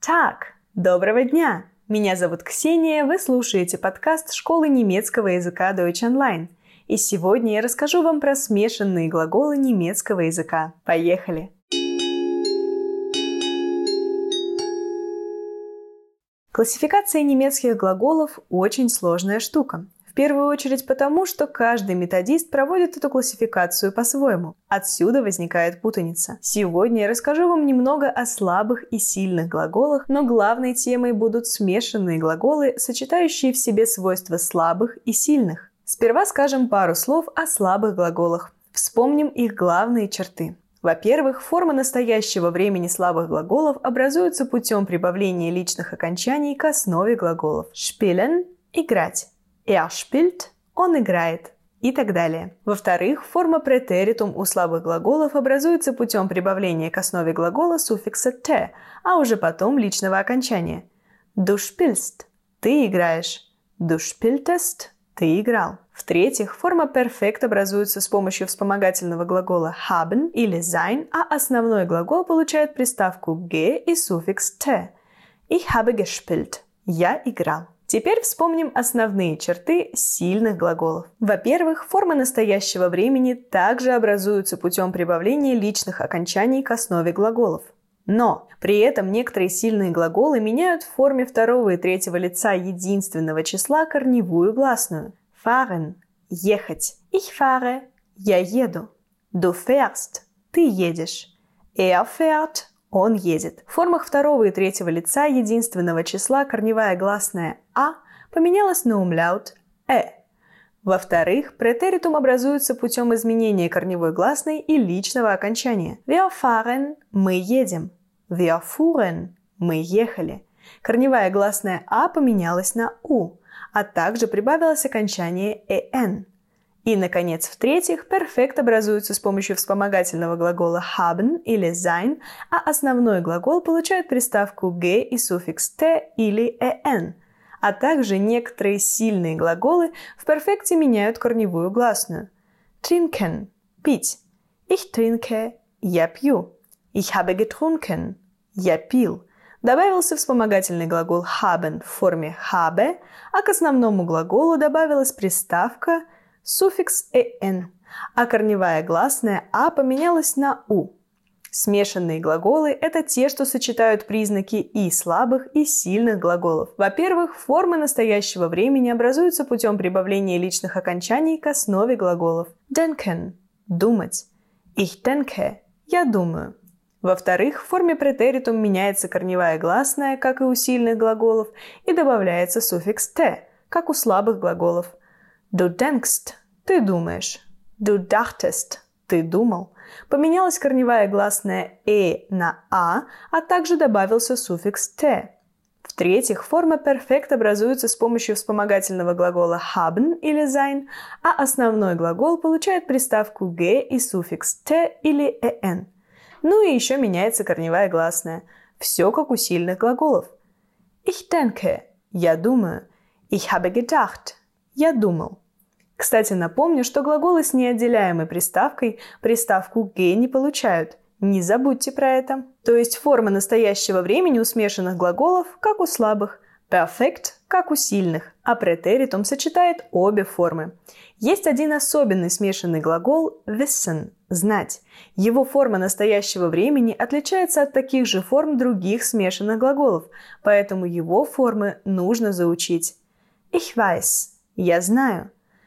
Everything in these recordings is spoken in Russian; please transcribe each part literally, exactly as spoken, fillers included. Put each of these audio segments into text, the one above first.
Так, доброго дня! Меня зовут Ксения, вы слушаете подкаст школы немецкого языка Deutsch Online. И сегодня я расскажу вам про смешанные глаголы немецкого языка. Поехали! Классификация немецких глаголов очень сложная штука. В первую очередь потому, что каждый методист проводит эту классификацию по-своему. Отсюда возникает путаница. Сегодня я расскажу вам немного о слабых и сильных глаголах, но главной темой будут смешанные глаголы, сочетающие в себе свойства слабых и сильных. Сперва скажем пару слов о слабых глаголах. Вспомним их главные черты. Во-первых, форма настоящего времени слабых глаголов образуется путем прибавления личных окончаний к основе глаголов. Spielen – играть. Er spielt – он играет. И так далее. Во-вторых, форма претеритум у слабых глаголов образуется путем прибавления к основе глагола суффикса «te», а уже потом личного окончания. Du spielst – ты играешь. Du spieltest – ты играл. В-третьих, форма перфект образуется с помощью вспомогательного глагола haben или sein, а основной глагол получает приставку ge и суффикс «te». Ich habe gespielt – я играл. Теперь вспомним основные черты сильных глаголов. Во-первых, формы настоящего времени также образуются путем прибавления личных окончаний к основе глаголов. Но при этом некоторые сильные глаголы меняют в форме второго и третьего лица единственного числа корневую гласную. Fahren – ехать. Ich fahre – я еду. Du fährst – ты едешь. Er fährt – он едет. В формах второго и третьего лица единственного числа корневая гласная «а» поменялась на умляут «э». Во-вторых, претеритум образуется путем изменения корневой гласной и личного окончания. Wir fahren – мы едем. Wir fuhren – мы ехали. Корневая гласная «а» поменялась на «у», а также прибавилось окончание «эн». И, наконец, в-третьих, перфект образуется с помощью вспомогательного глагола haben или sein, а основной глагол получает приставку ge и суффикс «te» или «en». А также некоторые сильные глаголы в перфекте меняют корневую гласную. Trinken – пить. Ich trinke – я пью. Ich habe getrunken – я пил. Добавился вспомогательный глагол haben в форме habe, а к основному глаголу добавилась приставка суффикс «en», а корневая гласная «а» поменялась на «у». Смешанные глаголы – это те, что сочетают признаки и слабых, и сильных глаголов. Во-первых, формы настоящего времени образуются путем прибавления личных окончаний к основе глаголов. Denken – думать. Ich denke – я думаю. Во-вторых, в форме претеритум меняется корневая гласная, как и у сильных глаголов, и добавляется суффикс «te», как у слабых глаголов. Du denkst – ты думаешь. Du dachtest – ты думал. Поменялась корневая гласная «э» на «а», а также добавился суффикс «te». В-третьих, форма перфект образуется с помощью вспомогательного глагола haben или sein, а основной глагол получает приставку «ge» и суффикс «te» или «en». Ну и еще меняется корневая гласная. Все как у сильных глаголов. Ich denke – я думаю. Ich habe gedacht – я думал. Кстати, напомню, что глаголы с неотделяемой приставкой приставку «ge» не получают. Не забудьте про это. То есть форма настоящего времени у смешанных глаголов, как у слабых, perfect, как у сильных, а претеритум сочетает обе формы. Есть один особенный смешанный глагол wissen – знать. Его форма настоящего времени отличается от таких же форм других смешанных глаголов, поэтому его формы нужно заучить. Ich weiß – я знаю.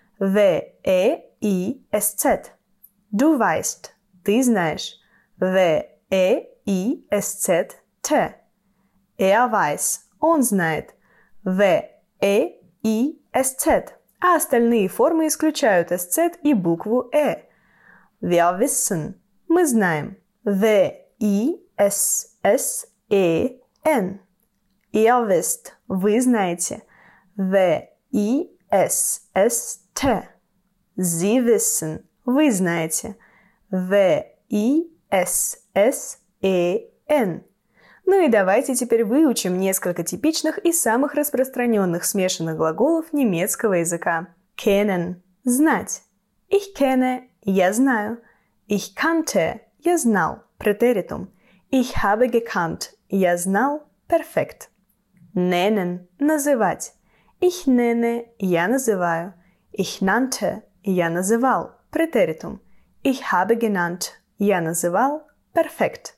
В, Э, И, С, Ц. Du weißt – ты знаешь. В, Э, И, С, Ц, Т. Er weiß – он знает. В, Э, И, С, Ц. А остальные формы исключают С, Ц и букву Э. Wir wissen – мы знаем. В, И, С, С, Э, Н. Ihr wisst – вы знаете. В, И, С, С, Т. Sie wissen – вы знаете. В, И, С, С, Э, Н. Ну и давайте теперь выучим несколько типичных и самых распространенных смешанных глаголов немецкого языка. Kennen – знать. Ich kenne – я знаю. Ich kannte – я знал. Претеритум. Ich habe gekannt – я знал. perfekt. Nennen – называть. Ich nenne – я называю. Ich nannte – я называл. Präteritum. Ich habe genannt – я называл. Perfekt.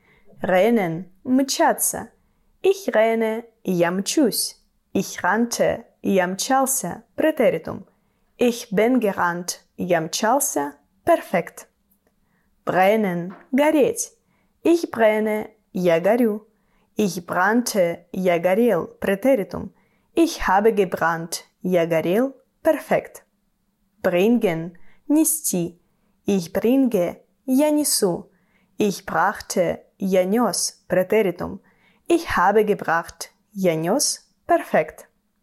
Rennen – мчаться. Ich renne – я мчусь. Ich rannte – я мчался. Präteritum. Ich bin gerannt – я мчался. Perfekt. Brennen – гореть. Ich brenne – я горю. Ich brannte – я горел. Präteritum. Ich habe gebrannt – я горел. Perfekt. Bringen – нести. Ich bringe – я несу. Ich brachte – я нес. Präteritum. Ich habe gebracht – я нес. Perfekt.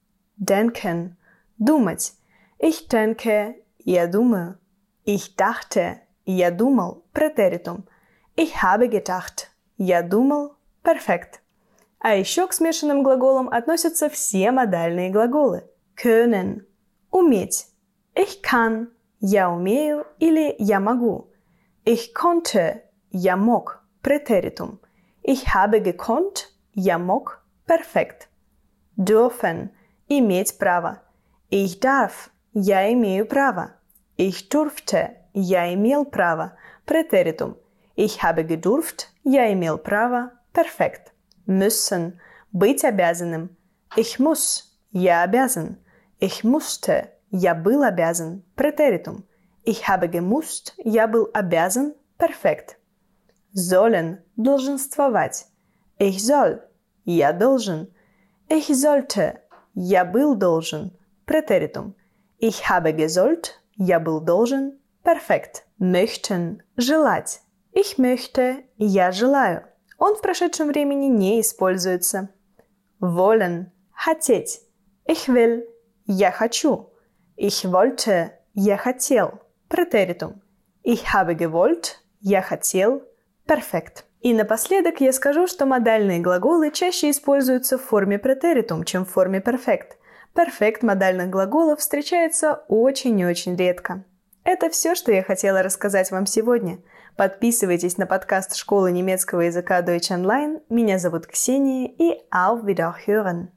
Denken – думать. Ich denke – я думаю. Ich dachte – я думал. Präteritum. Ich habe gedacht – я думал. Perfekt. А еще к смешанным глаголам относятся все модальные глаголы. Können – уметь. Ich kann – я умею или я могу. Ich konnte – я мог. Präteritum. Ich habe gekonnt – я мог. Perfekt. Dürfen – иметь право. Ich darf – я имею право. Ich durfte – я имел право. Präteritum. Ich habe gedurft – я имел право. Perfekt. Müssen – быть обязанным. Ich muss – я обязан. Ich musste – я был обязан. Präteritum. Ich habe gemusst – я был обязан. Perfekt. Sollen – долженствовать. Ich soll – я должен. Ich sollte – я был должен. Präteritum. Ich habe gesollt – я был должен. Perfekt. Möchten – желать. Ich möchte – я желаю. Он в прошедшем времени не используется. Wollen – хотеть. Ich will – я хочу. Ich wollte – я хотел. Präteritum. Ich habe gewollt – я хотел. Perfekt. И напоследок я скажу, что модальные глаголы чаще используются в форме präteritum, чем в форме perfekt. Perfekt модальных глаголов встречается очень-очень редко. Это все, что я хотела рассказать вам сегодня. Подписывайтесь на подкаст школы немецкого языка Deutsch Online. Меня зовут Ксения и auf Wiederhören.